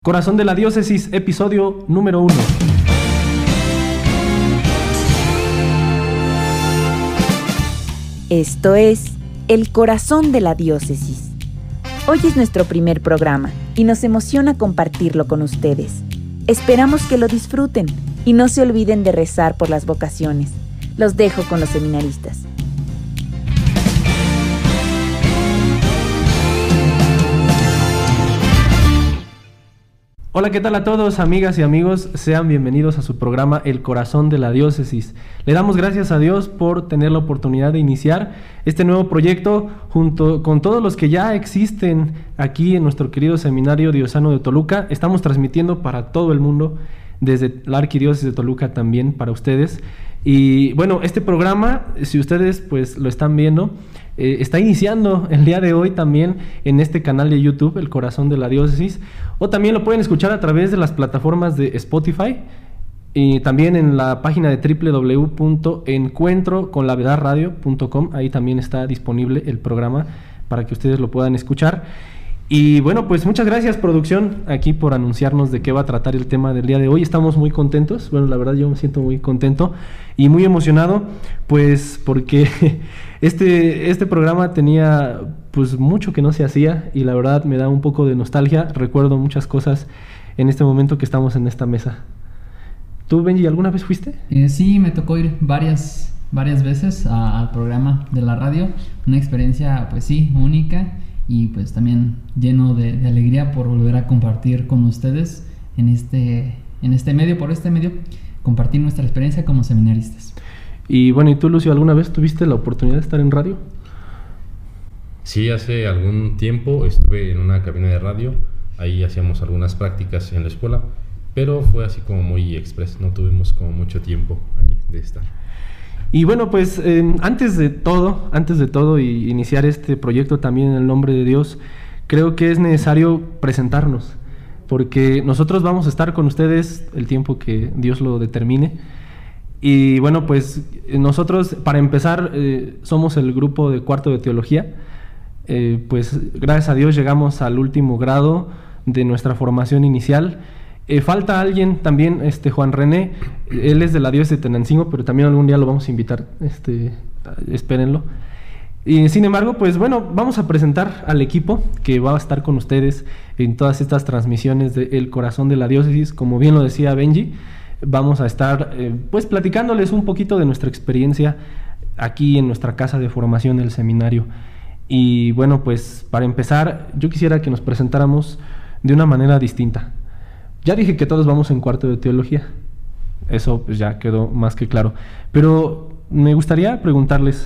Corazón de la Diócesis, episodio número 1. Esto es El Corazón de la Diócesis. Hoy es nuestro primer programa y nos emociona compartirlo con ustedes. Esperamos que lo disfruten y no se olviden de rezar por las vocaciones. Los dejo con los seminaristas. Hola, ¿qué tal a todos, amigas y amigos? Sean bienvenidos a su programa El Corazón de la Diócesis. Le damos gracias a Dios por tener la oportunidad de iniciar este nuevo proyecto junto con todos los que ya existen aquí en nuestro querido Seminario Diocesano de Toluca. Estamos transmitiendo para todo el mundo, desde la Arquidiócesis de Toluca también para ustedes. Y bueno, este programa, si ustedes pues lo están viendo, está iniciando el día de hoy también en este canal de YouTube, El Corazón de la Diócesis, o también lo pueden escuchar a través de las plataformas de Spotify y también en la página de www.encuentroconlavedadradio.com. Ahí también está disponible el programa para que ustedes lo puedan escuchar. Y bueno, pues muchas gracias, producción, aquí por anunciarnos de qué va a tratar el tema del día de hoy. Estamos muy contentos, bueno, la verdad yo me siento muy contento y muy emocionado, pues porque este programa tenía pues mucho que no se hacía y la verdad me da un poco de nostalgia. Recuerdo muchas cosas en este momento que estamos en esta mesa. ¿Tú, Benji, alguna vez fuiste? Sí, me tocó ir varias veces al programa de la radio. Una experiencia, pues sí, única. Y pues también lleno de alegría por volver a compartir con ustedes en este medio, compartir nuestra experiencia como seminaristas. Y bueno, ¿y tú, Lucio, alguna vez tuviste la oportunidad de estar en radio? Sí, hace algún tiempo estuve en una cabina de radio, ahí hacíamos algunas prácticas en la escuela, pero fue así como muy express, no tuvimos como mucho tiempo ahí de estar. Y bueno, pues antes de todo y iniciar este proyecto también en el nombre de Dios, creo que es necesario presentarnos, porque nosotros vamos a estar con ustedes el tiempo que Dios lo determine. Y bueno, pues nosotros, para empezar, somos el grupo de cuarto de teología. Pues gracias a Dios llegamos al último grado de nuestra formación inicial. Falta alguien también, Juan René, él es de la diócesis de Tenancingo, pero también algún día lo vamos a invitar, espérenlo. Y sin embargo, pues bueno, vamos a presentar al equipo que va a estar con ustedes en todas estas transmisiones de El Corazón de la Diócesis. Como bien lo decía Benji, vamos a estar pues platicándoles un poquito de nuestra experiencia aquí en nuestra casa de formación del seminario. Y bueno, pues para empezar, yo quisiera que nos presentáramos de una manera distinta. Ya dije que todos vamos en cuarto de teología, eso pues ya quedó más que claro, pero me gustaría preguntarles,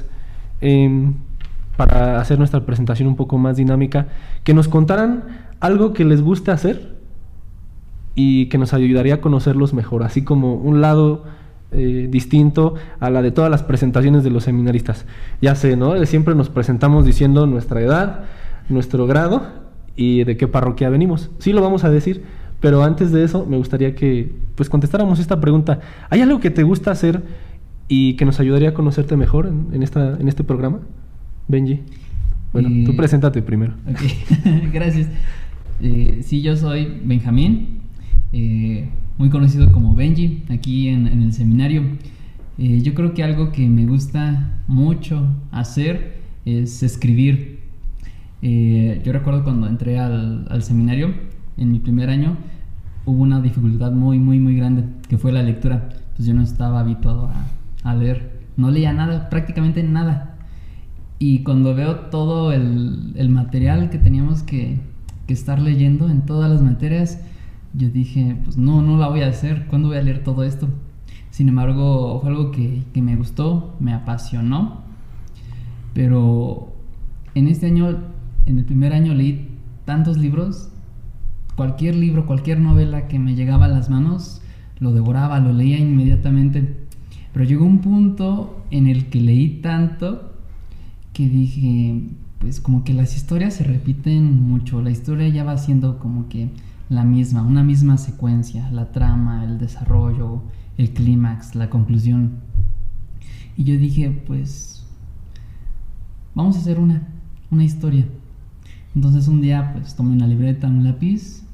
para hacer nuestra presentación un poco más dinámica, que nos contaran algo que les guste hacer y que nos ayudaría a conocerlos mejor, así como un lado distinto a la de todas las presentaciones de los seminaristas. Ya sé, ¿no? Siempre nos presentamos diciendo nuestra edad, nuestro grado y de qué parroquia venimos. Sí lo vamos a decir, pero antes de eso me gustaría que pues contestáramos esta pregunta. ¿Hay algo que te gusta hacer y que nos ayudaría a conocerte mejor en este programa? Benji. Bueno, tú preséntate primero. Okay. Gracias. Sí, yo soy Benjamín, muy conocido como Benji aquí en el seminario. Yo creo que algo que me gusta mucho hacer es escribir. Yo recuerdo cuando entré al seminario, en mi primer año, hubo una dificultad muy grande, que fue la lectura. Pues yo no estaba habituado a leer, no leía nada, prácticamente nada. Y cuando veo todo el material que teníamos que estar leyendo en todas las materias, yo dije, pues no la voy a hacer, ¿cuándo voy a leer todo esto? Sin embargo, fue algo que me gustó, me apasionó. Pero en este año, en el primer año, leí tantos libros. Cualquier libro, cualquier novela que me llegaba a las manos, lo devoraba, lo leía inmediatamente. Pero llegó un punto en el que leí tanto que dije, pues como que las historias se repiten mucho. La historia ya va siendo como que una misma secuencia, la trama, el desarrollo, el clímax, la conclusión. Y yo dije, pues vamos a hacer una historia. Entonces un día pues tomé una libreta, un lápiz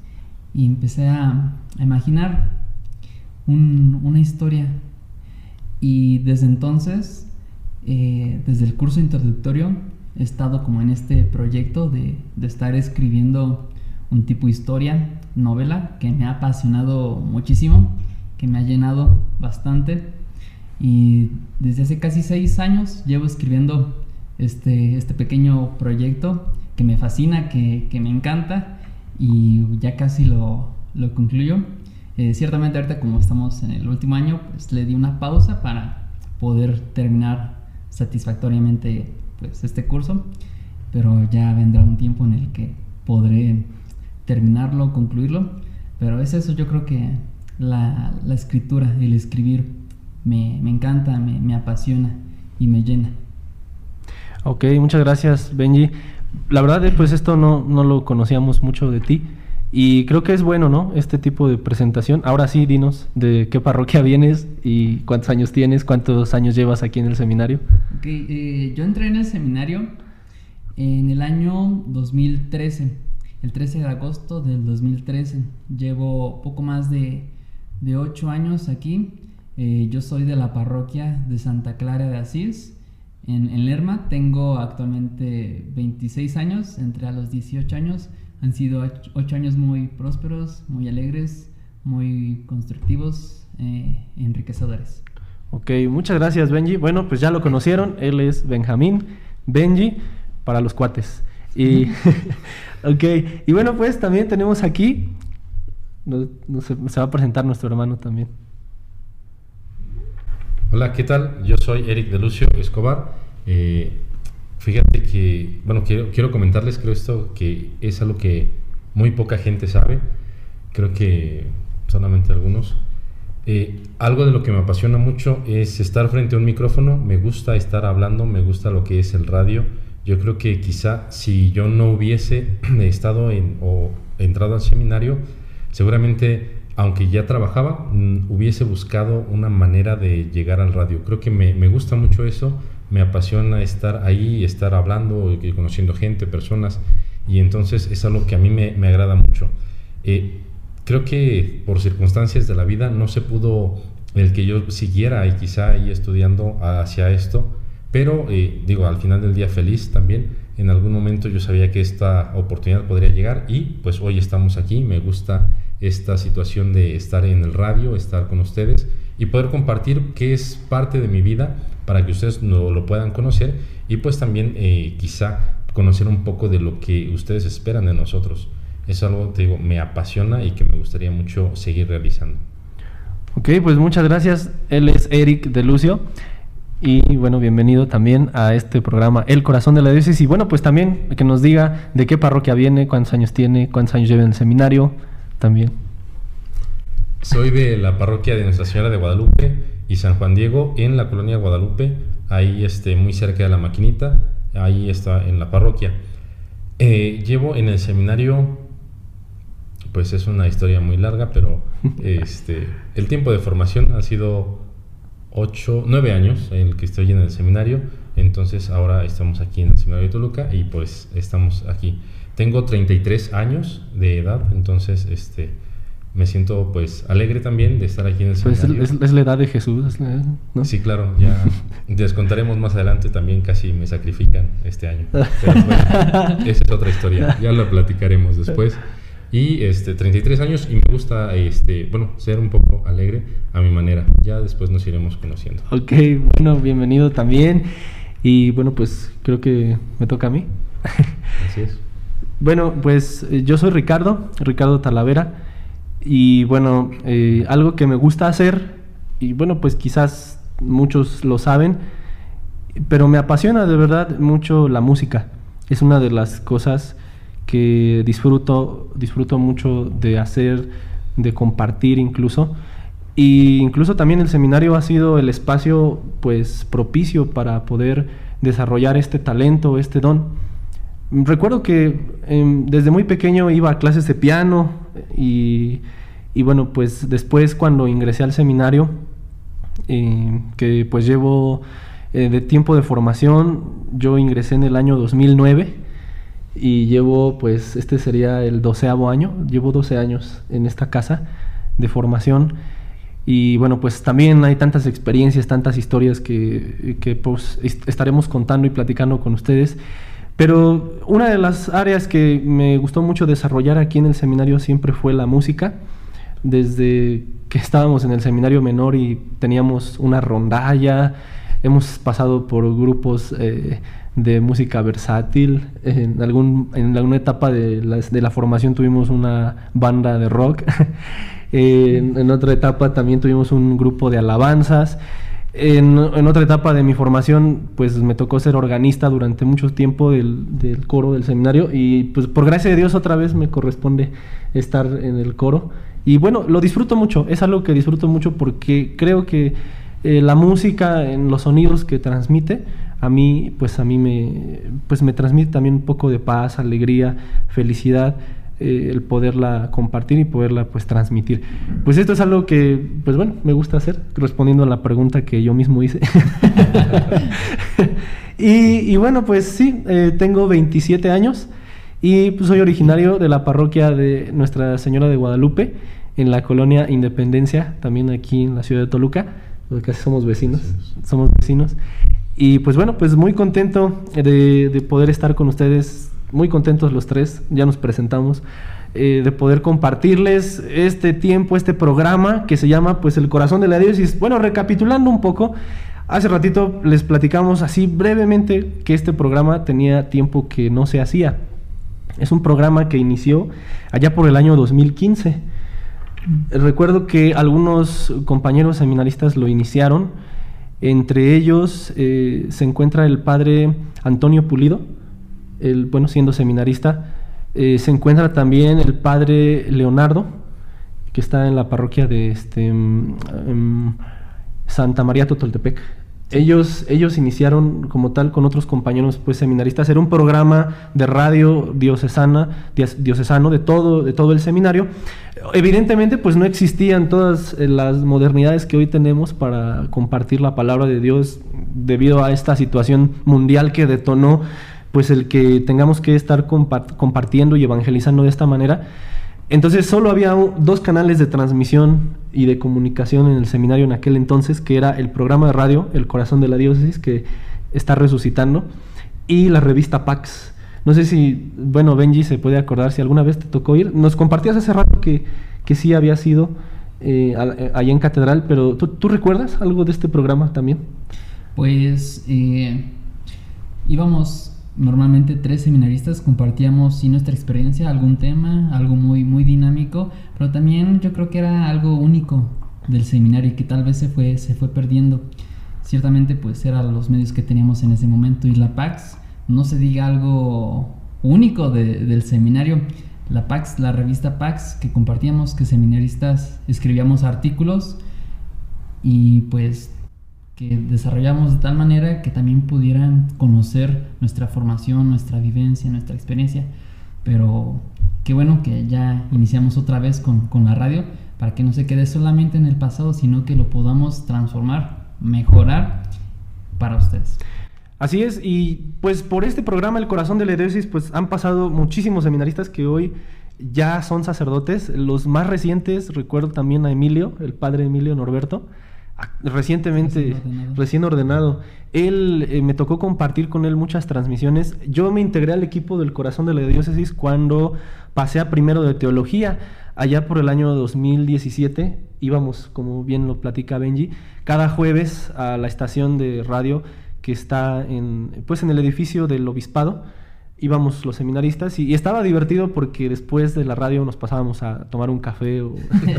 y empecé a imaginar una historia. Y desde entonces, desde el curso introductorio, he estado como en este proyecto de estar escribiendo un tipo de historia, novela, que me ha apasionado muchísimo, que me ha llenado bastante. Y desde hace casi 6 años llevo escribiendo este pequeño proyecto que me fascina, que me encanta, y ya casi lo concluyo. Ciertamente ahorita, como estamos en el último año, pues le di una pausa para poder terminar satisfactoriamente pues este curso, pero ya vendrá un tiempo en el que podré terminarlo, concluirlo. Pero es eso, yo creo que la escritura, el escribir me encanta, me apasiona y me llena. Ok, muchas gracias, Benji. La verdad, pues esto no lo conocíamos mucho de ti, y creo que es bueno, ¿no?, este tipo de presentación. Ahora sí, dinos de qué parroquia vienes y cuántos años tienes, cuántos años llevas aquí en el seminario. Ok, yo entré en el seminario en el año 2013, el 13 de agosto del 2013. Llevo poco más de 8 años aquí. Yo soy de la parroquia de Santa Clara de Asís, en Lerma. Tengo actualmente 26 años, entré a los 18 años. Han sido 8 años muy prósperos, muy alegres, muy constructivos, enriquecedores. Ok, muchas gracias, Benji. Bueno, pues ya lo conocieron, él es Benjamín, Benji, para los cuates. Y, ok, y bueno, pues también tenemos aquí, se va a presentar nuestro hermano también. Hola, ¿qué tal? Yo soy Eric de Lucio Escobar. Fíjate que, bueno, quiero comentarles, creo esto que es algo que muy poca gente sabe, creo que solamente algunos. Algo de lo que me apasiona mucho es estar frente a un micrófono. Me gusta estar hablando, me gusta lo que es el radio. Yo creo que quizá si yo no hubiese estado o entrado al seminario, seguramente, aunque ya trabajaba, hubiese buscado una manera de llegar al radio. Creo que me gusta mucho eso, me apasiona estar ahí, estar hablando, conociendo gente, personas, y entonces es algo que a mí me agrada mucho. Creo que por circunstancias de la vida no se pudo el que yo siguiera y quizá ahí estudiando hacia esto, pero digo, al final del día feliz también. En algún momento yo sabía que esta oportunidad podría llegar y pues hoy estamos aquí. Me gusta esta situación de estar en el radio, estar con ustedes y poder compartir que es parte de mi vida para que ustedes lo puedan conocer y pues también quizá conocer un poco de lo que ustedes esperan de nosotros. Es algo, te digo, me apasiona y que me gustaría mucho seguir realizando. Ok, pues muchas gracias. Él es Eric de Lucio. Y bueno, bienvenido también a este programa El Corazón de la Diócesis. Y bueno, pues también que nos diga de qué parroquia viene, cuántos años tiene, cuántos años lleva en el seminario también. Soy de la parroquia de Nuestra Señora de Guadalupe y San Juan Diego, en la colonia Guadalupe, ahí muy cerca de la Maquinita, ahí está en la parroquia. Llevo en el seminario, pues es una historia muy larga, pero el tiempo de formación ha sido 9 años el que estoy en el seminario. Entonces ahora estamos aquí en el seminario de Toluca y pues estamos aquí. Tengo 33 años de edad, entonces me siento pues alegre también de estar aquí en el seminario. Pues es la edad de Jesús, ¿no? Sí, claro, ya les contaremos más adelante, también casi me sacrifican este año. Pero bueno, esa es otra historia, ya la platicaremos después. Y 33 años y me gusta ser un poco alegre a mi manera. Ya después nos iremos conociendo. Ok, bueno, bienvenido también. Y bueno, pues creo que me toca a mí. Así es. Bueno, pues yo soy Ricardo Talavera. Y bueno, algo que me gusta hacer, y bueno, pues quizás muchos lo saben, pero me apasiona de verdad mucho la música. Es una de las cosas que disfruto mucho de hacer, de compartir incluso. Y incluso también el seminario ha sido el espacio pues propicio para poder desarrollar este talento, este don. Recuerdo que desde muy pequeño iba a clases de piano y bueno, pues después cuando ingresé al seminario, que pues llevo de tiempo de formación, yo ingresé en el año 2009 y llevo, pues, este sería el 12º año, llevo 12 años en esta casa de formación. Y bueno, pues también hay tantas experiencias, tantas historias que pues estaremos contando y platicando con ustedes. Pero una de las áreas que me gustó mucho desarrollar aquí en el seminario siempre fue la música. Desde que estábamos en el seminario menor y teníamos una rondalla, hemos pasado por grupos de música versátil. En alguna etapa de la formación tuvimos una banda de rock. En otra etapa también tuvimos un grupo de alabanzas. En otra etapa de mi formación, pues me tocó ser organista durante mucho tiempo del coro del seminario, y pues por gracia de Dios otra vez me corresponde estar en el coro. Y bueno, lo disfruto mucho, es algo que disfruto mucho porque creo que la música, en los sonidos que transmite, a mí me transmite también un poco de paz, alegría, felicidad, el poderla compartir y poderla pues transmitir. Pues esto es algo que, pues bueno, me gusta hacer, respondiendo a la pregunta que yo mismo hice. y bueno, pues sí, tengo 27 años y pues soy originario de la parroquia de Nuestra Señora de Guadalupe, en la colonia Independencia, también aquí en la ciudad de Toluca, porque casi somos vecinos. Y pues bueno, pues muy contento de poder estar con ustedes. Muy contentos los tres, ya nos presentamos, de poder compartirles este tiempo, este programa que se llama pues El Corazón de la Diócesis. Bueno, recapitulando un poco, hace ratito les platicamos así brevemente que este programa tenía tiempo que no se hacía. Es un programa que inició allá por el año 2015. Recuerdo que algunos compañeros seminaristas lo iniciaron, entre ellos se encuentra el padre Antonio Pulido. Bueno, siendo seminarista, se encuentra también el padre Leonardo, que está en la parroquia de Santa María Totoltepec. Ellos iniciaron como tal con otros compañeros pues seminaristas. Era un programa de radio diocesano de todo el seminario. Evidentemente pues no existían todas las modernidades que hoy tenemos para compartir la palabra de Dios, debido a esta situación mundial que detonó pues el que tengamos que estar compartiendo y evangelizando de esta manera. Entonces solo había dos canales de transmisión y de comunicación en el seminario en aquel entonces, que era el programa de radio El Corazón de la Diócesis, que está resucitando, y la revista Pax. No sé si, bueno, Benji se puede acordar si alguna vez te tocó ir. Nos compartías hace rato que sí había sido allá en Catedral, pero ¿tú recuerdas algo de este programa también? Pues íbamos normalmente 3 seminaristas, compartíamos nuestra experiencia, algún tema, algo muy, muy dinámico, pero también yo creo que era algo único del seminario y que tal vez se fue perdiendo. Ciertamente pues eran los medios que teníamos en ese momento, y la Pax, no se diga algo único del seminario. La Pax, la revista Pax que compartíamos, que seminaristas escribíamos artículos y pues que desarrollamos de tal manera que también pudieran conocer nuestra formación, nuestra vivencia, nuestra experiencia. Pero qué bueno que ya iniciamos otra vez con la radio, para que no se quede solamente en el pasado, sino que lo podamos transformar, mejorar para ustedes. Así es, y pues por este programa El Corazón de la Diócesis pues han pasado muchísimos seminaristas que hoy ya son sacerdotes. Los más recientes, recuerdo también a Emilio, el padre Emilio Norberto, recientemente recién ordenado. Él me tocó compartir con él muchas transmisiones. Yo me integré al equipo del Corazón de la Diócesis cuando pasé a primero de teología, allá por el año 2017. Íbamos, como bien lo platica Benji, cada jueves a la estación de radio que está en el edificio del obispado. Íbamos los seminaristas y estaba divertido porque después de la radio nos pasábamos a tomar un café o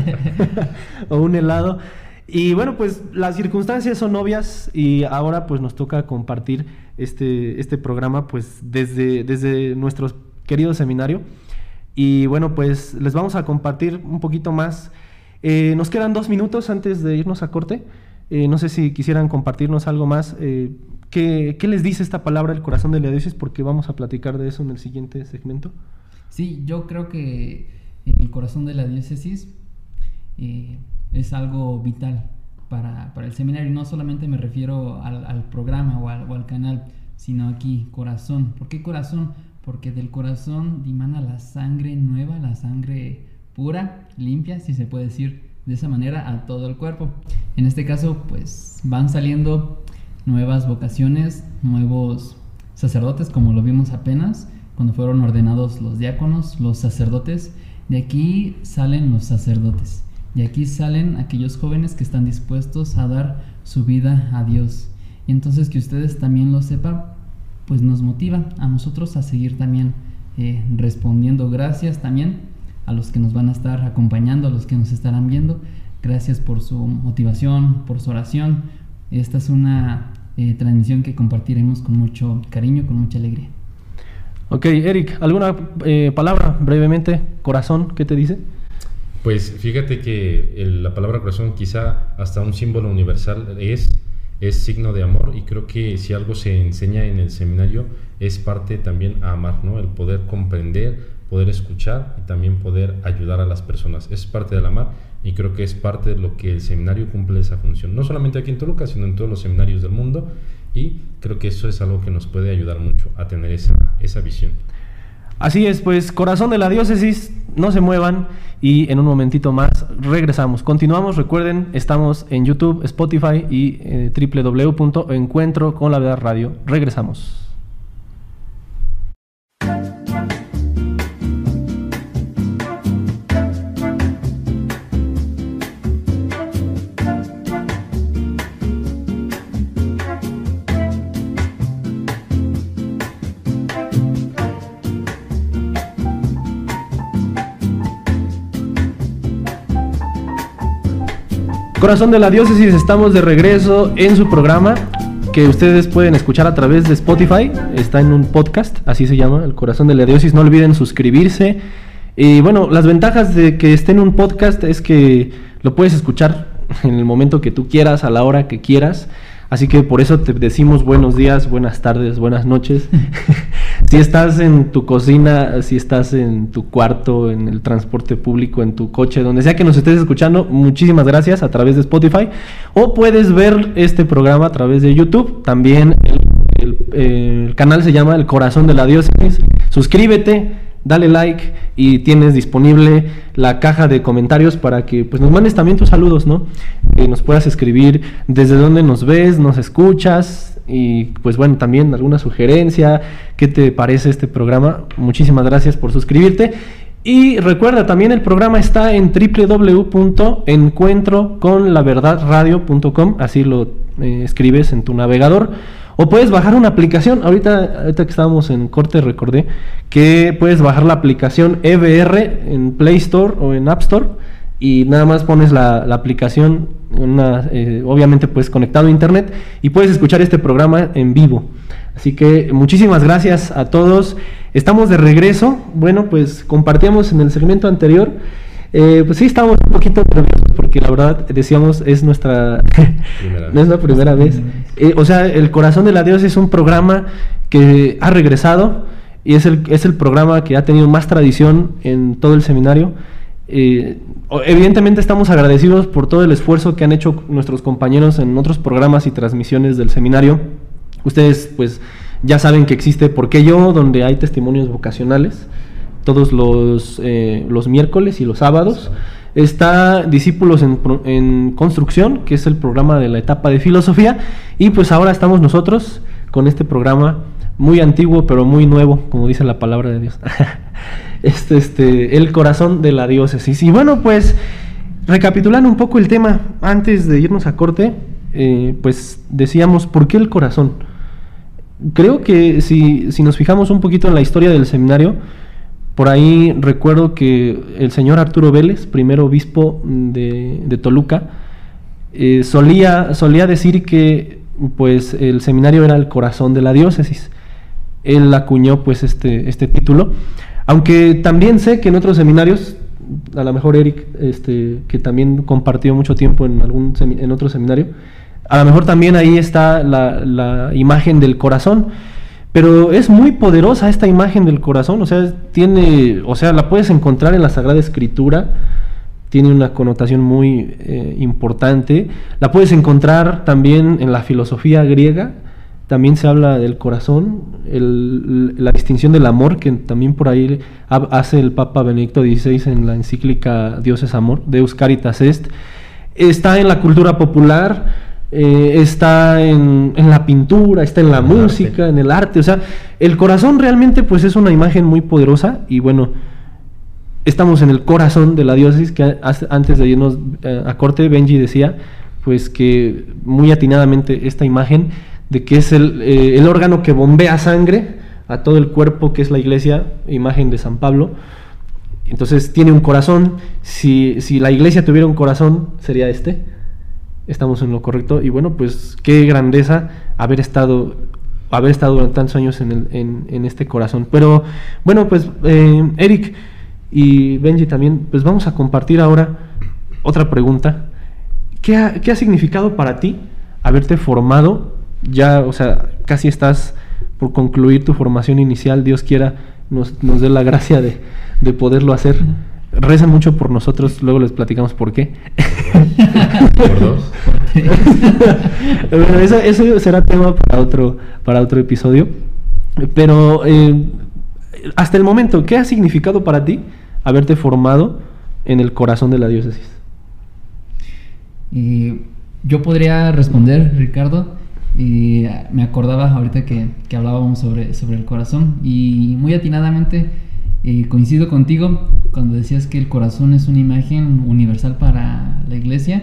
un helado. Y bueno, pues las circunstancias son obvias y ahora pues nos toca compartir este programa pues desde nuestro querido seminario. Y bueno, pues les vamos a compartir un poquito más. Nos quedan 2 minutos antes de irnos a corte. No sé si quisieran compartirnos algo más. ¿Qué les dice esta palabra, el corazón de la diócesis? Porque vamos a platicar de eso en el siguiente segmento. Sí, yo creo que el corazón de la diócesis es algo vital para el seminario. No solamente me refiero al programa o al canal, sino aquí, corazón. ¿Por qué corazón? porque del corazón dimana la sangre nueva, la sangre pura, limpia, si se puede decir de esa manera, a todo el cuerpo. En este caso, pues van saliendo nuevas vocaciones, nuevos sacerdotes, como lo vimos apenas, cuando fueron ordenados los diáconos, los sacerdotes. De aquí salen los sacerdotes, de aquí salen aquellos jóvenes que están dispuestos a dar su vida a Dios. Y entonces que ustedes también lo sepan, pues nos motiva a nosotros a seguir también respondiendo. Gracias también a los que nos van a estar acompañando, a los que nos estarán viendo. Gracias por su motivación, por su oración. Esta es una transmisión que compartiremos con mucho cariño, con mucha alegría. Ok, Eric, ¿alguna palabra brevemente? Corazón, ¿qué te dice? Pues fíjate que la palabra corazón, quizá hasta un símbolo universal, es signo de amor, y creo que si algo se enseña en el seminario es parte también a amar, ¿no? El poder comprender, poder escuchar y también poder ayudar a las personas. Es parte del amar, y creo que es parte de lo que el seminario cumple esa función, no solamente aquí en Toluca, sino en todos los seminarios del mundo, y creo que eso es algo que nos puede ayudar mucho a tener esa visión. Así es, pues corazón de la diócesis, no se muevan y en un momentito más regresamos. Continuamos, recuerden, estamos en YouTube, Spotify y www.encuentro con la verdad radio. Regresamos. Corazón de la Diócesis, estamos de regreso en su programa que ustedes pueden escuchar a través de Spotify. Está en un podcast, así se llama, El Corazón de la Diócesis. No olviden suscribirse. Y bueno, las ventajas de que esté en un podcast es que lo puedes escuchar en el momento que tú quieras, a la hora que quieras. Así que por eso te decimos buenos días, buenas tardes, buenas noches. Si estás en tu cocina, si estás en tu cuarto, en el transporte público, en tu coche, donde sea que nos estés escuchando, muchísimas gracias a través de Spotify. O puedes ver este programa a través de YouTube. También el canal se llama El Corazón de la Diócesis. Suscríbete, dale like y tienes disponible la caja de comentarios para que pues nos mandes también tus saludos, ¿no? Que nos puedas escribir desde dónde nos ves, nos escuchas y pues bueno, también alguna sugerencia, qué te parece este programa. Muchísimas gracias por suscribirte. Y recuerda, también el programa está en www.encuentroconlaverdadradio.com, así lo escribes en tu navegador. O puedes bajar una aplicación. Ahorita que estábamos en corte recordé que puedes bajar la aplicación EBR en Play Store o en App Store y nada más pones la aplicación, obviamente pues conectado a internet, y puedes escuchar este programa en vivo. Así que muchísimas gracias a todos. Estamos de regreso. Bueno, pues compartíamos en el segmento anterior. Pues sí, estábamos un poquito nerviosos porque la verdad, decíamos, es nuestra primera vez. O sea, El Corazón de la Dios es un programa que ha regresado y es el programa que ha tenido más tradición en todo el seminario. Evidentemente estamos agradecidos por todo el esfuerzo que han hecho nuestros compañeros en otros programas y transmisiones del seminario. Ustedes pues ya saben que existe ¿Por qué yo?, donde hay testimonios vocacionales todos los miércoles y los sábados. Está Discípulos en Construcción, que es el programa de la etapa de filosofía, y pues ahora estamos nosotros con este programa muy antiguo pero muy nuevo, como dice la palabra de Dios. El Corazón de la Diócesis. Y bueno, pues recapitulando un poco el tema antes de irnos a corte, pues decíamos, ¿por qué el corazón? Creo que si nos fijamos un poquito en la historia del seminario, por ahí recuerdo que el señor Arturo Vélez, primer obispo de Toluca, solía decir que pues el seminario era el corazón de la diócesis. Él acuñó pues este título, aunque también sé que en otros seminarios, a lo mejor Eric, que también compartió mucho tiempo en otro seminario, a lo mejor también ahí está la imagen del corazón. Pero es muy poderosa esta imagen del corazón, o sea, la puedes encontrar en la Sagrada Escritura, tiene una connotación muy importante. La puedes encontrar también en la filosofía griega, también se habla del corazón, la distinción del amor, que también por ahí hace el Papa Benedicto XVI en la encíclica Dios es amor, Deus Caritas Est. Está en la cultura popular, está en la pintura, está en la música, en el arte. O sea, el corazón realmente pues es una imagen muy poderosa. Y bueno, estamos en el corazón de la diócesis, que antes de irnos a corte, Benji decía pues que muy atinadamente esta imagen de que es el órgano que bombea sangre a todo el cuerpo, que es la iglesia, imagen de San Pablo. Entonces tiene un corazón. Si la iglesia tuviera un corazón, sería este. Estamos en lo correcto. Y bueno, pues qué grandeza haber estado durante tantos años en este corazón. Pero bueno, pues Eric y Benji también, pues vamos a compartir ahora otra pregunta. ¿Qué ha significado para ti haberte formado? Ya, o sea, casi estás por concluir tu formación inicial. Dios quiera nos dé la gracia de poderlo hacer. Rezan mucho por nosotros, luego les platicamos por qué. Por dos. Bueno, eso será tema para otro episodio. Pero hasta el momento, ¿qué ha significado para ti haberte formado en el corazón de la diócesis? Yo podría responder, Ricardo. Y me acordaba ahorita que hablábamos sobre el corazón, y muy atinadamente coincido contigo cuando decías que el corazón es una imagen universal para la iglesia.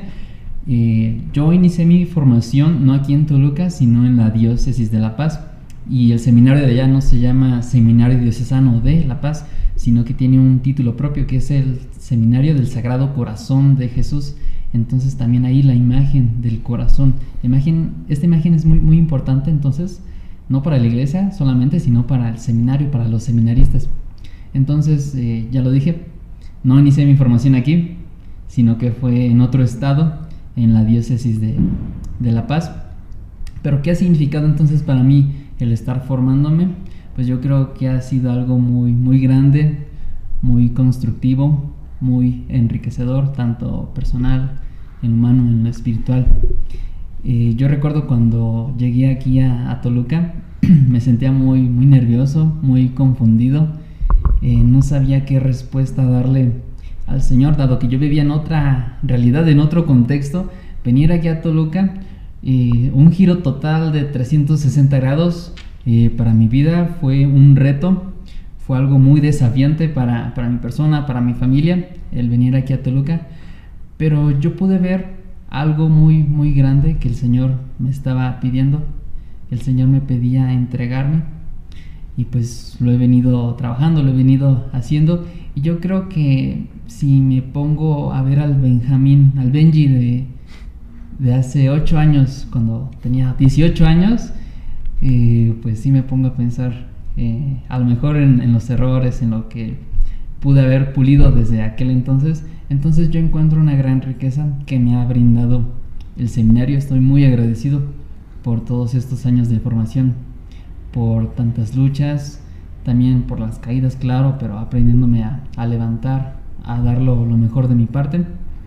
Yo inicié mi formación no aquí en Toluca, sino en la diócesis de La Paz, y el seminario de allá no se llama Seminario Diocesano de La Paz, sino que tiene un título propio, que es el Seminario del Sagrado Corazón de Jesús. Entonces también ahí la imagen del corazón. Esta imagen es muy, muy importante, entonces, no para la iglesia solamente, sino para el seminario, para los seminaristas. Entonces, ya lo dije, no inicié mi formación aquí, sino que fue en otro estado, en la diócesis de La Paz. Pero ¿qué ha significado entonces para mí el estar formándome? Pues yo creo que ha sido algo muy, muy grande, muy constructivo, muy enriquecedor, tanto personal, en humano, en lo espiritual. Yo recuerdo cuando llegué aquí a Toluca, me sentía muy, muy nervioso, muy confundido. No sabía qué respuesta darle al Señor, dado que yo vivía en otra realidad, en otro contexto. Venir aquí a Toluca, un giro total de 360 grados para mi vida, fue un reto. Fue algo muy desafiante para mi persona, para mi familia, el venir aquí a Toluca. Pero yo pude ver algo muy, muy grande que el Señor me estaba pidiendo. El Señor me pedía entregarme. Y pues lo he venido trabajando, lo he venido haciendo. Y yo creo que si me pongo a ver al Benji de hace 8 años, cuando tenía 18 años, pues sí me pongo a pensar a lo mejor en los errores, en lo que pude haber pulido desde aquel entonces. Entonces yo encuentro una gran riqueza que me ha brindado el seminario. Estoy muy agradecido por todos estos años de formación, por tantas luchas, también por las caídas, claro, pero aprendiéndome a levantar, a dar lo mejor de mi parte.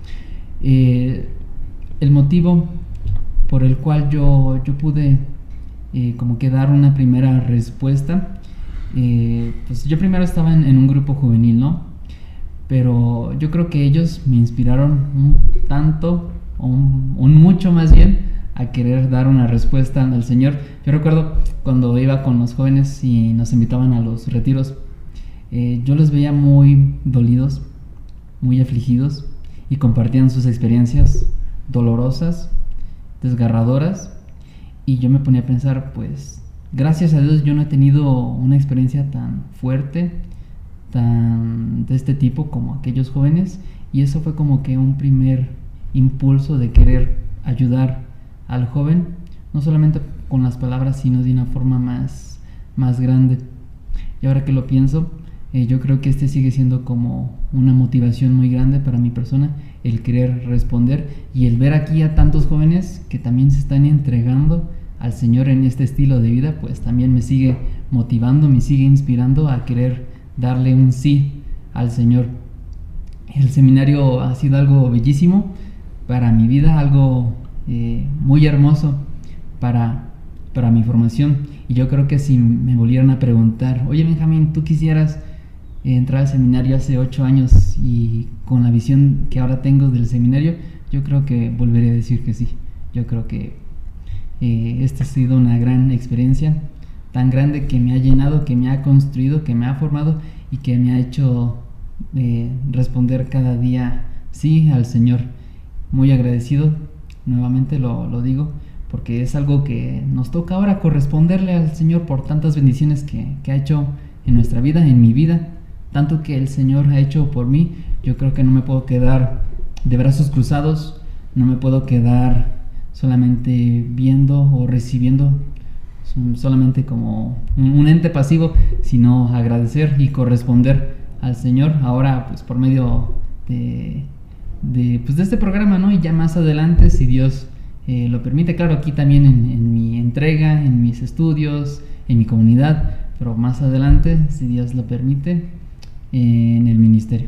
El motivo por el cual yo pude como que dar una primera respuesta, pues yo primero estaba en un grupo juvenil, ¿no? Pero yo creo que ellos me inspiraron un tanto, o un mucho más bien, a querer dar una respuesta al Señor. Yo recuerdo cuando iba con los jóvenes y nos invitaban a los retiros, yo los veía muy dolidos, muy afligidos, y compartían sus experiencias dolorosas, desgarradoras, y yo me ponía a pensar, pues gracias a Dios yo no he tenido una experiencia tan fuerte, tan de este tipo como aquellos jóvenes, y eso fue como que un primer impulso de querer ayudar al joven, no solamente con las palabras, sino de una forma más grande. Y ahora que lo pienso, yo creo que este sigue siendo como una motivación muy grande para mi persona, el querer responder, y el ver aquí a tantos jóvenes que también se están entregando al Señor en este estilo de vida, pues también me sigue motivando, me sigue inspirando a querer darle un sí al Señor. El seminario ha sido algo bellísimo para mi vida, algo muy hermoso para para mi formación. Y yo creo que si me volvieran a preguntar, oye Benjamín, ¿tú quisieras entrar al seminario hace 8 años y con la visión que ahora tengo del seminario? Yo creo que volveré a decir que sí. Yo creo que esta ha sido una gran experiencia, tan grande, que me ha llenado, que me ha construido, que me ha formado y que me ha hecho responder cada día sí al Señor. Muy agradecido, nuevamente lo digo, porque es algo que nos toca ahora, corresponderle al Señor por tantas bendiciones que ha hecho en nuestra vida, en mi vida, tanto que el Señor ha hecho por mí. Yo creo que no me puedo quedar de brazos cruzados, no me puedo quedar solamente viendo o recibiendo, solamente como un ente pasivo, sino agradecer y corresponder al Señor ahora, pues por medio de este programa, ¿no? Y ya más adelante, si Dios lo permite, claro, aquí también en mi entrega, en mis estudios, en mi comunidad, pero más adelante, si Dios lo permite, en el ministerio.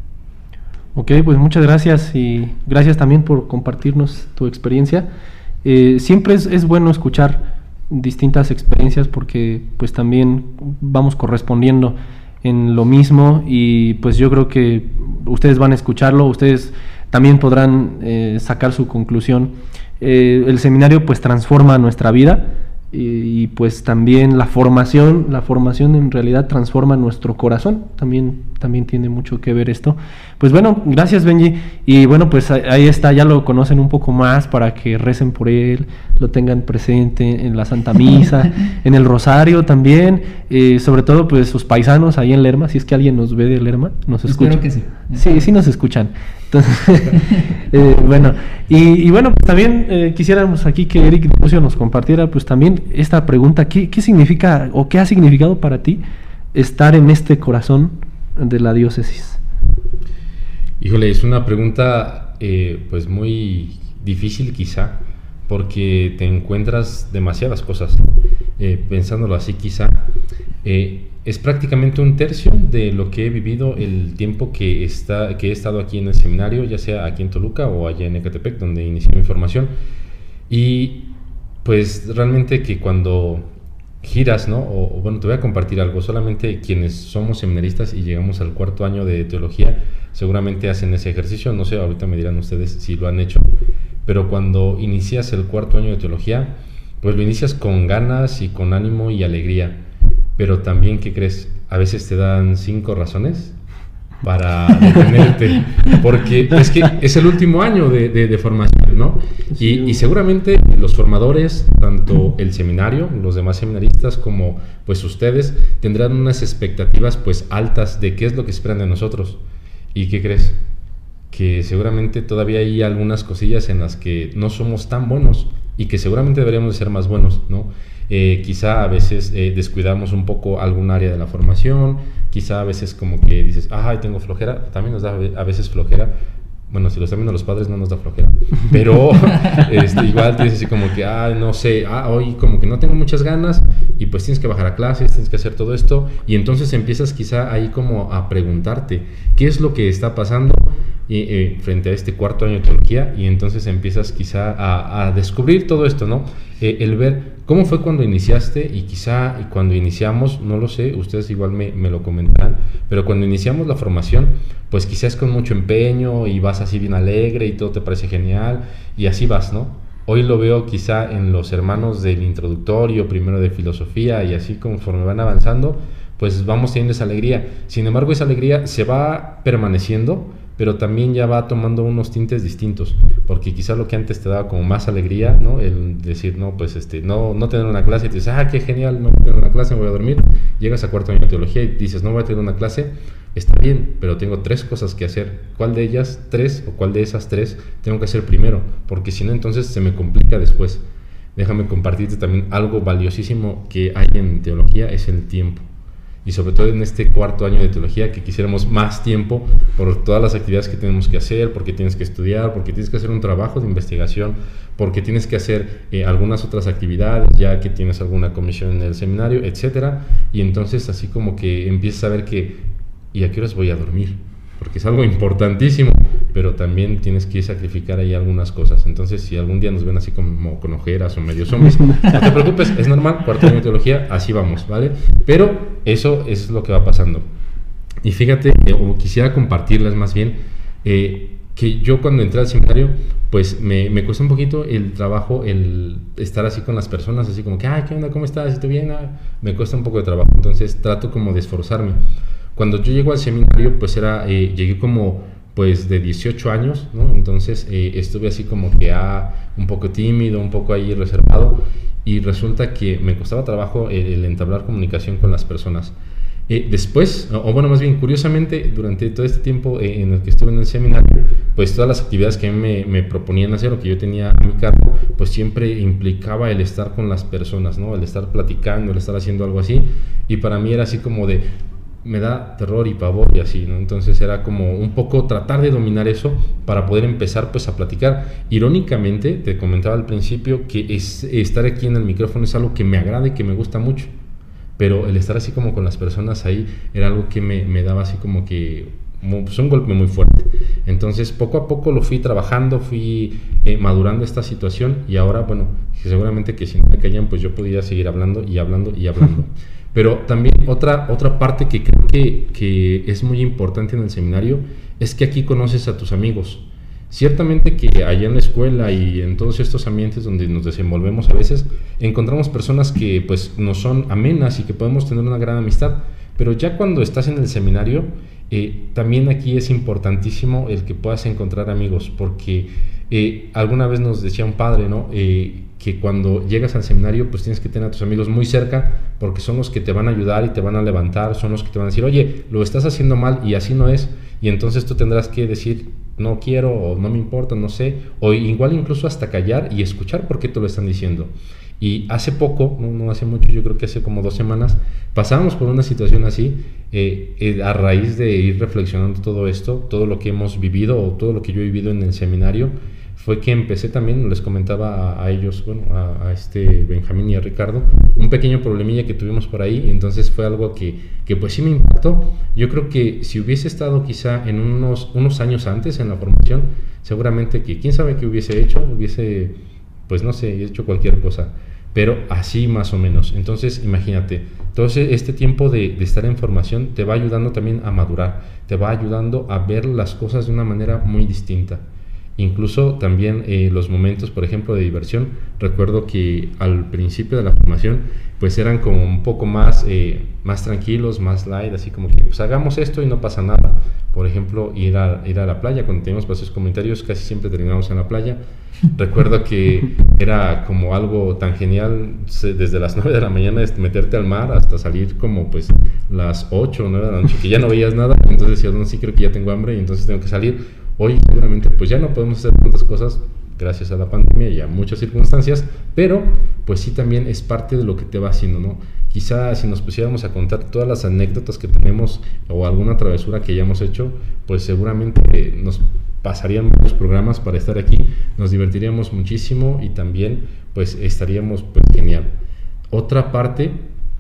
Ok, pues muchas gracias, y gracias también por compartirnos tu experiencia. Siempre es bueno escuchar distintas experiencias, porque pues también vamos correspondiendo en lo mismo, y pues yo creo que ustedes van a escucharlo, ustedes también podrán sacar su conclusión. El seminario pues transforma nuestra vida, y pues también la formación en realidad transforma nuestro corazón, también tiene mucho que ver esto. Pues bueno, gracias Benji, y bueno, pues ahí está, ya lo conocen un poco más, para que recen por él, lo tengan presente en la Santa Misa, en el Rosario también, sobre todo pues sus paisanos ahí en Lerma, si es que alguien nos ve de Lerma, nos escucha. Espero que sí. Sí nos escuchan. Entonces, bueno, y bueno, pues también quisiéramos aquí que Eric Lucio nos compartiera pues también esta pregunta: ¿qué significa o qué ha significado para ti estar en este corazón de la diócesis? Híjole, es una pregunta pues muy difícil quizá, porque te encuentras demasiadas cosas, pensándolo así quizá. Es prácticamente 1/3 de lo que he vivido el tiempo que he estado aquí en el seminario, ya sea aquí en Toluca o allá en Ecatepec, donde inicié mi formación. Y pues realmente que cuando giras, ¿no? O bueno, te voy a compartir algo. Solamente quienes somos seminaristas y llegamos al 4.º año de teología seguramente hacen ese ejercicio. No sé, ahorita me dirán ustedes si lo han hecho, pero cuando inicias el 4.º año de teología, pues lo inicias con ganas y con ánimo y alegría. Pero también, ¿qué crees? A veces te dan 5 razones para detenerte, porque es que es el último año de formación, ¿no? Y seguramente los formadores, tanto el seminario, los demás seminaristas, como pues ustedes, tendrán unas expectativas pues altas de qué es lo que esperan de nosotros. ¿Y qué crees? Que seguramente todavía hay algunas cosillas en las que no somos tan buenos y que seguramente deberíamos de ser más buenos, ¿no? Quizá a veces descuidamos un poco algún área de la formación, quizá a veces como que dices, ay, tengo flojera, también nos da a veces flojera. Bueno, si lo están viendo los padres no nos da flojera, pero igual te dices así como que, no sé, hoy como que no tengo muchas ganas, y pues tienes que bajar a clases, tienes que hacer todo esto, y entonces empiezas quizá ahí como a preguntarte qué es lo que está pasando frente a este 4.º año de teología, y entonces empiezas quizá a descubrir todo esto, ¿no? El ver cómo fue cuando iniciaste, y quizá cuando iniciamos, no lo sé, ustedes igual me lo comentarán, pero cuando iniciamos la formación, pues quizás con mucho empeño y vas así bien alegre y todo te parece genial y así vas, ¿no? Hoy lo veo quizá en los hermanos del introductorio, primero de filosofía, y así conforme van avanzando, pues vamos teniendo esa alegría. Sin embargo, esa alegría se va permaneciendo, pero también ya va tomando unos tintes distintos, porque quizá lo que antes te daba como más alegría, ¿no? El decir, no, pues no tener una clase, y te dices, qué genial, no voy a tener una clase, me voy a dormir. Llegas a 4.º año de teología y dices, no voy a tener una clase, está bien, pero tengo 3 cosas que hacer. ¿Cuál de ellas 3 o cuál de esas 3 tengo que hacer primero? Porque si no, entonces se me complica después. Déjame compartirte también algo valiosísimo que hay en teología, es el tiempo. Y sobre todo en este 4.º año de teología, que quisiéramos más tiempo por todas las actividades que tenemos que hacer, porque tienes que estudiar, porque tienes que hacer un trabajo de investigación, porque tienes que hacer algunas otras actividades, ya que tienes alguna comisión en el seminario, etcétera. Y entonces así como que empiezas a ver que, ¿y a qué horas voy a dormir? Porque es algo importantísimo. pero también tienes que sacrificar ahí algunas cosas. Entonces, si algún día nos ven así como con ojeras o medio zombies, no te preocupes, es normal, cuarto año de teología, así vamos, ¿vale? Pero eso es lo que va pasando. Y fíjate, o quisiera compartirles más bien, que yo cuando entré al seminario, pues me cuesta un poquito el trabajo, el estar así con las personas, así como que, ay, ¿qué onda? ¿Cómo estás? ¿Estás bien? Me cuesta un poco de trabajo, entonces trato como de esforzarme. Cuando yo llego al seminario, pues llegué como pues de 18 años, ¿no? Entonces estuve así como que un poco tímido, un poco ahí reservado, y resulta que me costaba trabajo el entablar comunicación con las personas. Después, o bueno, más bien curiosamente, durante todo este tiempo en el que estuve en el seminario, pues todas las actividades que me proponían hacer o que yo tenía a mi cargo, pues siempre implicaba el estar con las personas, ¿no? El estar platicando, el estar haciendo algo así, y para mí era así como de, me da terror y pavor y así, ¿no? Entonces era como un poco tratar de dominar eso para poder empezar pues a platicar. Irónicamente, te comentaba al principio que estar aquí en el micrófono es algo que me agrada y que me gusta mucho, pero el estar así como con las personas ahí era algo que me daba así como que pues un golpe muy fuerte. Entonces poco a poco lo fui trabajando, fui madurando esta situación, y ahora, bueno, seguramente que si no me callan, pues yo podría seguir hablando y hablando y hablando. Pero también otra parte que creo que es muy importante en el seminario es que aquí conoces a tus amigos. Ciertamente que allá en la escuela y en todos estos ambientes donde nos desenvolvemos a veces, encontramos personas que pues nos son amenas y que podemos tener una gran amistad, pero ya cuando estás en el seminario, también aquí es importantísimo el que puedas encontrar amigos, porque alguna vez nos decía un padre, ¿no? Que cuando llegas al seminario pues tienes que tener a tus amigos muy cerca, porque son los que te van a ayudar y te van a levantar, son los que te van a decir, oye, lo estás haciendo mal y así no es, y entonces tú tendrás que decir, no quiero, o no me importa, no sé, o igual incluso hasta callar y escuchar por qué te lo están diciendo. Y hace poco, no hace mucho, yo creo que hace como 2 semanas, pasábamos por una situación así, a raíz de ir reflexionando todo esto, todo lo que hemos vivido o todo lo que yo he vivido en el seminario, fue que empecé también, les comentaba a ellos, bueno, a Benjamín y a Ricardo, un pequeño problemilla que tuvimos por ahí. Entonces fue algo que pues sí me impactó. Yo creo que si hubiese estado quizá en unos años antes en la formación, seguramente que quién sabe qué hubiese hecho, pues no sé, hecho cualquier cosa, pero así más o menos. Entonces imagínate, todo este tiempo de estar en formación te va ayudando también a madurar, te va ayudando a ver las cosas de una manera muy distinta. Incluso también los momentos, por ejemplo, de diversión. Recuerdo que al principio de la formación pues eran como un poco más tranquilos, más light, así como que pues hagamos esto y no pasa nada. Por ejemplo, ir a la playa. Cuando teníamos paseos comunitarios casi siempre terminábamos en la playa. Recuerdo que era como algo tan genial desde las 9 de la mañana meterte al mar hasta salir como pues las 8 o 9 de la noche, que ya no veías nada. Entonces decías, no, sí, creo que ya tengo hambre y entonces tengo que salir. Hoy seguramente pues ya no podemos hacer tantas cosas gracias a la pandemia y a muchas circunstancias, pero pues sí también es parte de lo que te va haciendo, ¿no? Quizá si nos pusiéramos a contar todas las anécdotas que tenemos o alguna travesura que hayamos hecho, pues seguramente nos pasarían muchos programas para estar aquí, nos divertiríamos muchísimo y también pues estaríamos pues genial. Otra parte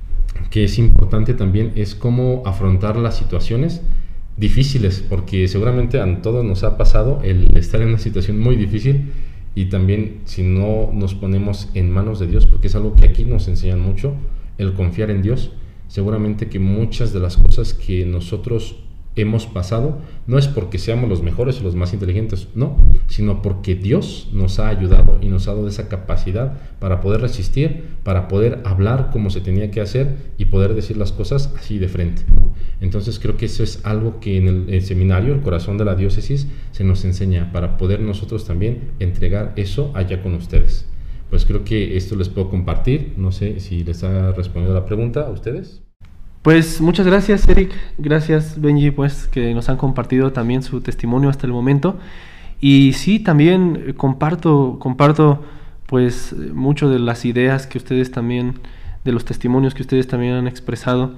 que es importante también es cómo afrontar las situaciones difíciles, porque seguramente a todos nos ha pasado el estar en una situación muy difícil, y también si no nos ponemos en manos de Dios, porque es algo que aquí nos enseñan mucho, el confiar en Dios. Seguramente que muchas de las cosas que nosotros hemos pasado no es porque seamos los mejores o los más inteligentes, no, sino porque Dios nos ha ayudado y nos ha dado esa capacidad para poder resistir, para poder hablar como se tenía que hacer y poder decir las cosas así de frente, ¿no? Entonces creo que eso es algo que en el seminario, el corazón de la diócesis, se nos enseña para poder nosotros también entregar eso allá con ustedes. Pues creo que esto les puedo compartir. No sé si les ha respondido la pregunta a ustedes. Pues muchas gracias, Eric, gracias, Benji, pues que nos han compartido también su testimonio hasta el momento. Y sí, también comparto pues mucho de las ideas que ustedes también, de los testimonios que ustedes también han expresado,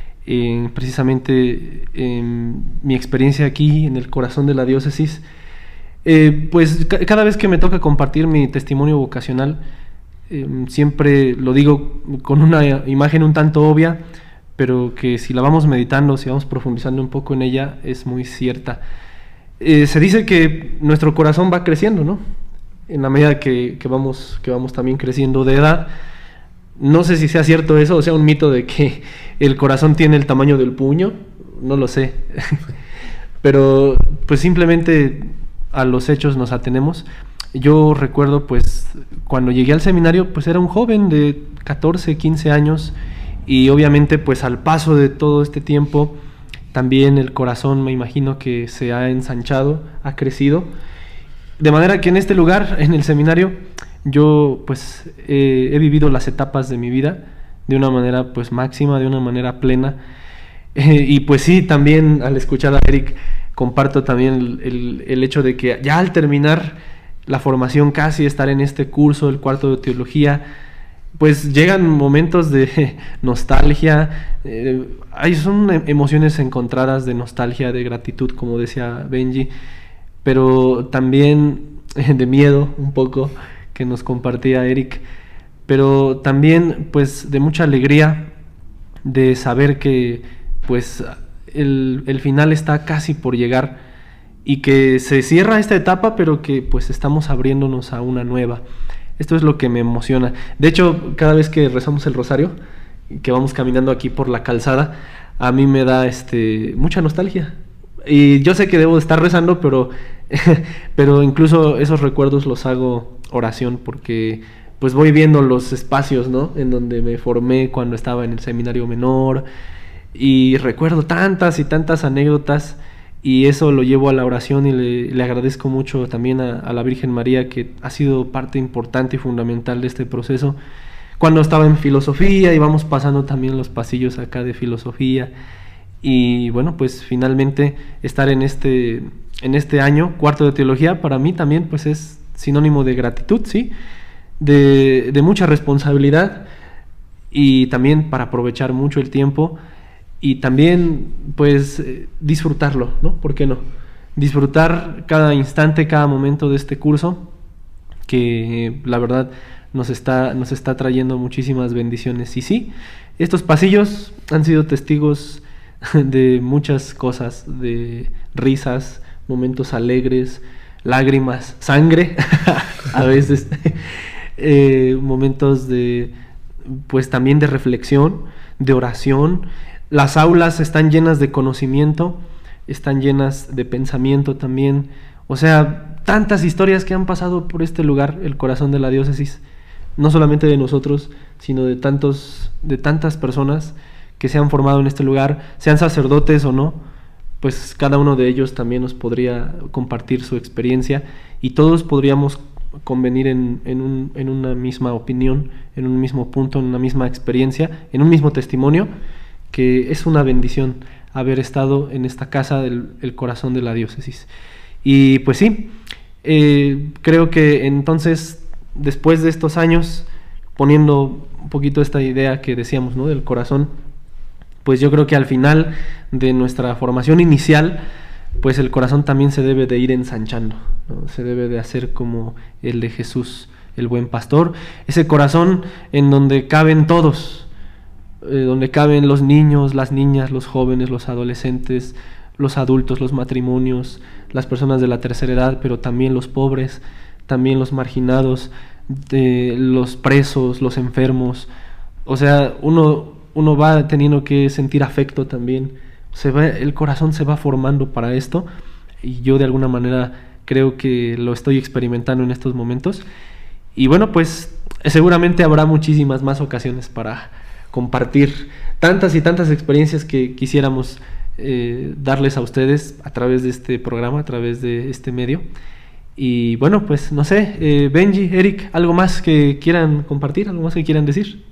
precisamente en mi experiencia aquí en el corazón de la diócesis. Pues cada vez que me toca compartir mi testimonio vocacional, siempre lo digo con una imagen un tanto obvia, pero que si la vamos meditando, si vamos profundizando un poco en ella, es muy cierta. Se dice que nuestro corazón va creciendo, ¿no? En la medida que vamos también creciendo de edad. No sé si sea cierto eso, o sea, un mito de que el corazón tiene el tamaño del puño, no lo sé. Pero pues simplemente a los hechos nos atenemos. Yo recuerdo pues cuando llegué al seminario pues era un joven de 14, 15 años y obviamente pues al paso de todo este tiempo también el corazón me imagino que se ha ensanchado, ha crecido. De manera que en este lugar, en el seminario, yo pues he vivido las etapas de mi vida de una manera pues máxima, de una manera plena. Y pues sí, también al escuchar a Eric comparto también el hecho de que ya al terminar la formación, casi estar en este curso, el cuarto de teología, pues llegan momentos de nostalgia, son emociones encontradas de nostalgia, de gratitud, como decía Benji, pero también de miedo un poco, que nos compartía Eric, pero también pues de mucha alegría de saber que pues el final está casi por llegar y que se cierra esta etapa, pero que pues estamos abriéndonos a una nueva. Esto es lo que me emociona. De hecho, cada vez que rezamos el rosario, que vamos caminando aquí por la calzada, a mí me da mucha nostalgia. Y yo sé que debo de estar rezando, pero incluso esos recuerdos los hago oración, porque pues voy viendo los espacios, ¿no?, en donde me formé cuando estaba en el seminario menor, y recuerdo tantas y tantas anécdotas, y eso lo llevo a la oración y le agradezco mucho también a la Virgen María, que ha sido parte importante y fundamental de este proceso. Cuando estaba en filosofía íbamos pasando también los pasillos acá de filosofía, y bueno, pues finalmente estar en este año cuarto de teología para mí también pues es sinónimo de gratitud, ¿sí?, de mucha responsabilidad, y también para aprovechar mucho el tiempo y también pues disfrutarlo, ¿no? ¿Por qué no? Disfrutar cada instante, cada momento de este curso, que la verdad nos está trayendo muchísimas bendiciones. Y sí, estos pasillos han sido testigos de muchas cosas, de risas, momentos alegres, lágrimas, sangre, a veces, momentos de, pues también de reflexión, de oración. Las aulas están llenas de conocimiento, están llenas de pensamiento también. O sea, tantas historias que han pasado por este lugar, el corazón de la diócesis, no solamente de nosotros, sino de tantas personas que se han formado en este lugar, sean sacerdotes o no, pues cada uno de ellos también nos podría compartir su experiencia y todos podríamos convenir en una misma opinión, en un mismo punto, en una misma experiencia, en un mismo testimonio, que es una bendición haber estado en esta casa del corazón de la diócesis. Y pues sí, creo que entonces, después de estos años, poniendo un poquito esta idea que decíamos, ¿no?, del corazón, pues yo creo que al final de nuestra formación inicial, pues el corazón también se debe de ir ensanchando, ¿no? Se debe de hacer como el de Jesús, el buen pastor, ese corazón en donde caben todos, donde caben los niños, las niñas, los jóvenes, los adolescentes, los adultos, los matrimonios, las personas de la tercera edad, pero también los pobres, también los marginados, los presos, los enfermos. O sea, uno va teniendo que sentir afecto también. El corazón se va formando para esto, y yo de alguna manera creo que lo estoy experimentando en estos momentos. Y bueno, pues seguramente habrá muchísimas más ocasiones para compartir tantas y tantas experiencias que quisiéramos darles a ustedes a través de este programa, a través de este medio. Y bueno, pues no sé, Benji, Eric, ¿algo más que quieran compartir? ¿Algo más que quieran decir?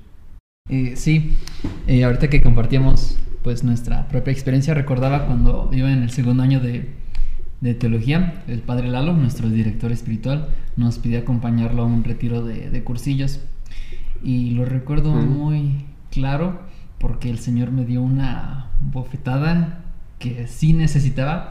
Sí, ahorita que compartíamos pues nuestra propia experiencia, recordaba cuando iba en el segundo año de teología, el padre Lalo, nuestro director espiritual, nos pidió acompañarlo a un retiro de cursillos, y lo recuerdo muy claro porque el Señor me dio una bofetada que sí necesitaba.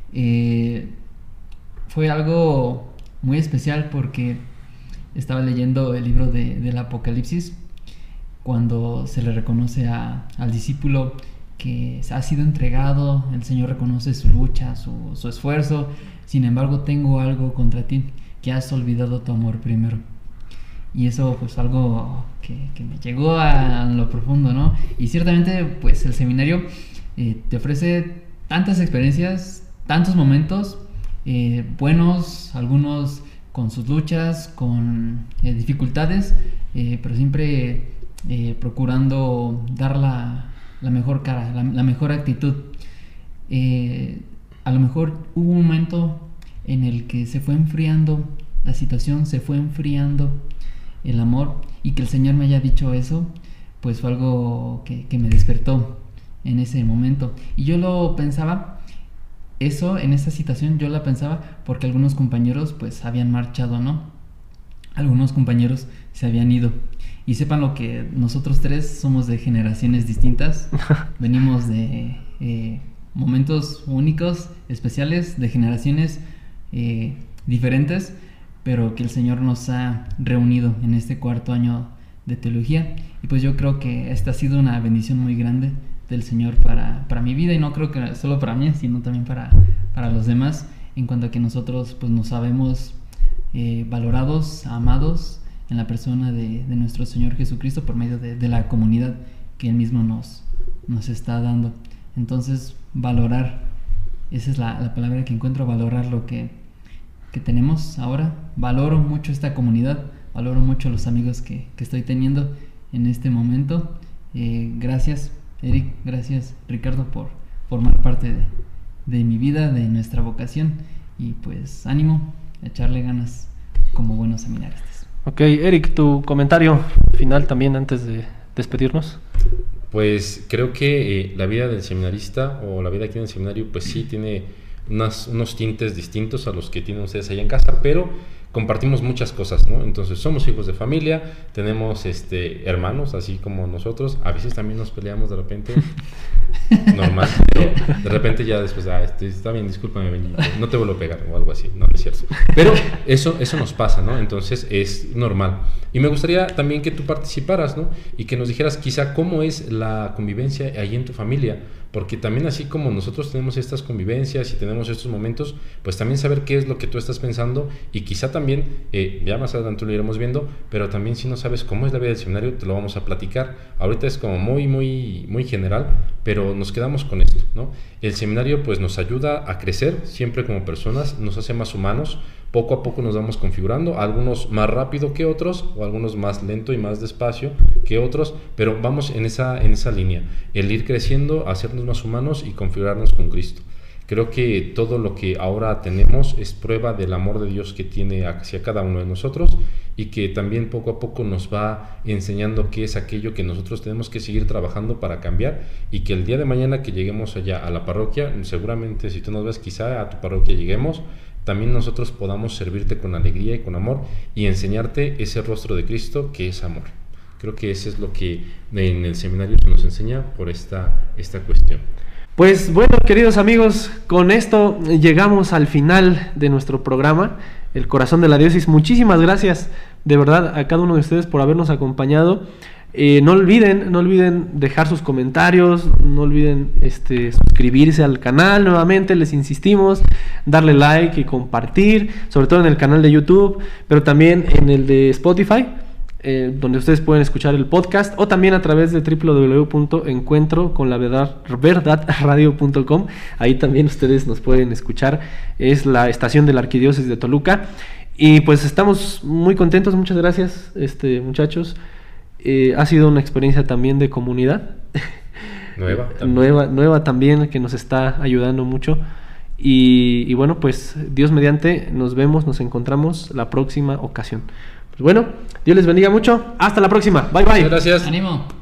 Fue algo muy especial porque estaba leyendo el libro del Apocalipsis, cuando se le reconoce al discípulo que ha sido entregado, el Señor reconoce su lucha, su esfuerzo, sin embargo tengo algo contra ti, que has olvidado tu amor primero. Y eso pues algo que me llegó a lo profundo, ¿no? Y ciertamente pues el seminario te ofrece tantas experiencias, tantos momentos buenos, algunos con sus luchas, con dificultades, pero siempre procurando dar la mejor cara, la mejor actitud. A lo mejor hubo un momento en el que se fue enfriando la situación, se fue enfriando el amor, y que el Señor me haya dicho eso, pues fue algo que me despertó en ese momento. Y yo lo pensaba, eso en esa situación yo la pensaba porque algunos compañeros pues habían marchado, ¿no? Algunos compañeros se habían ido. Y sepan lo que nosotros tres somos de generaciones distintas, venimos de momentos únicos, especiales, de generaciones diferentes, pero que el Señor nos ha reunido en este 4º año de teología. Y pues yo creo que esta ha sido una bendición muy grande del Señor para mi vida, y no creo que solo para mí, sino también para los demás, en cuanto a que nosotros pues nos sabemos valorados, amados en la persona de nuestro Señor Jesucristo por medio de la comunidad que Él mismo nos está dando. Entonces, valorar, esa es la palabra que encuentro, valorar lo que tenemos ahora. Valoro mucho esta comunidad, valoro mucho los amigos que estoy teniendo en este momento. Gracias, Eric, gracias, Ricardo, por formar parte de mi vida, de nuestra vocación, y pues ánimo, a echarle ganas como buenos seminaristas. Ok, Eric, tu comentario final también antes de despedirnos. Pues creo que la vida del seminarista, o la vida aquí en el seminario, pues sí tiene unos tintes distintos a los que tienen ustedes allá en casa, pero compartimos muchas cosas, ¿no? Entonces somos hijos de familia, tenemos hermanos así como nosotros, a veces también nos peleamos de repente, normal, pero de repente ya después, está bien, discúlpame, Benji, no te vuelvo a pegar o algo así, no es cierto, pero eso nos pasa, ¿no? Entonces es normal. Y me gustaría también que tú participaras, ¿no? Y que nos dijeras quizá cómo es la convivencia ahí en tu familia, porque también así como nosotros tenemos estas convivencias y tenemos estos momentos, pues también saber qué es lo que tú estás pensando, y quizá también, ya más adelante lo iremos viendo, pero también si no sabes cómo es la vida del seminario, te lo vamos a platicar. Ahorita es como muy general, pero nos quedamos con esto, ¿no? El seminario pues nos ayuda a crecer siempre como personas, nos hace más humanos. Poco a poco nos vamos configurando, algunos más rápido que otros, o algunos más lento y más despacio que otros, pero vamos en esa línea, el ir creciendo, hacernos más humanos y configurarnos con Cristo. Creo que todo lo que ahora tenemos es prueba del amor de Dios que tiene hacia cada uno de nosotros, y que también poco a poco nos va enseñando qué es aquello que nosotros tenemos que seguir trabajando para cambiar, y que el día de mañana que lleguemos allá a la parroquia, seguramente si tú nos ves, quizá a tu parroquia lleguemos, también nosotros podamos servirte con alegría y con amor, y enseñarte ese rostro de Cristo que es amor. Creo que eso es lo que en el seminario se nos enseña por esta cuestión. Pues bueno, queridos amigos, con esto llegamos al final de nuestro programa, El Corazón de la Diócesis. Muchísimas gracias de verdad a cada uno de ustedes por habernos acompañado. No olviden dejar sus comentarios, no olviden suscribirse al canal, nuevamente les insistimos, darle like y compartir, sobre todo en el canal de YouTube, pero también en el de Spotify, donde ustedes pueden escuchar el podcast, o también a través de www.encuentroconlaverdadradio.com. Ahí también ustedes nos pueden escuchar, es la estación de la Arquidiócesis de Toluca. Y pues estamos muy contentos, muchas gracias muchachos. Ha sido una experiencia también de comunidad nueva también, que nos está ayudando mucho, y bueno, pues Dios mediante nos encontramos la próxima ocasión. Pues bueno, Dios les bendiga mucho, hasta la próxima, bye bye. Muchas gracias. Ánimo.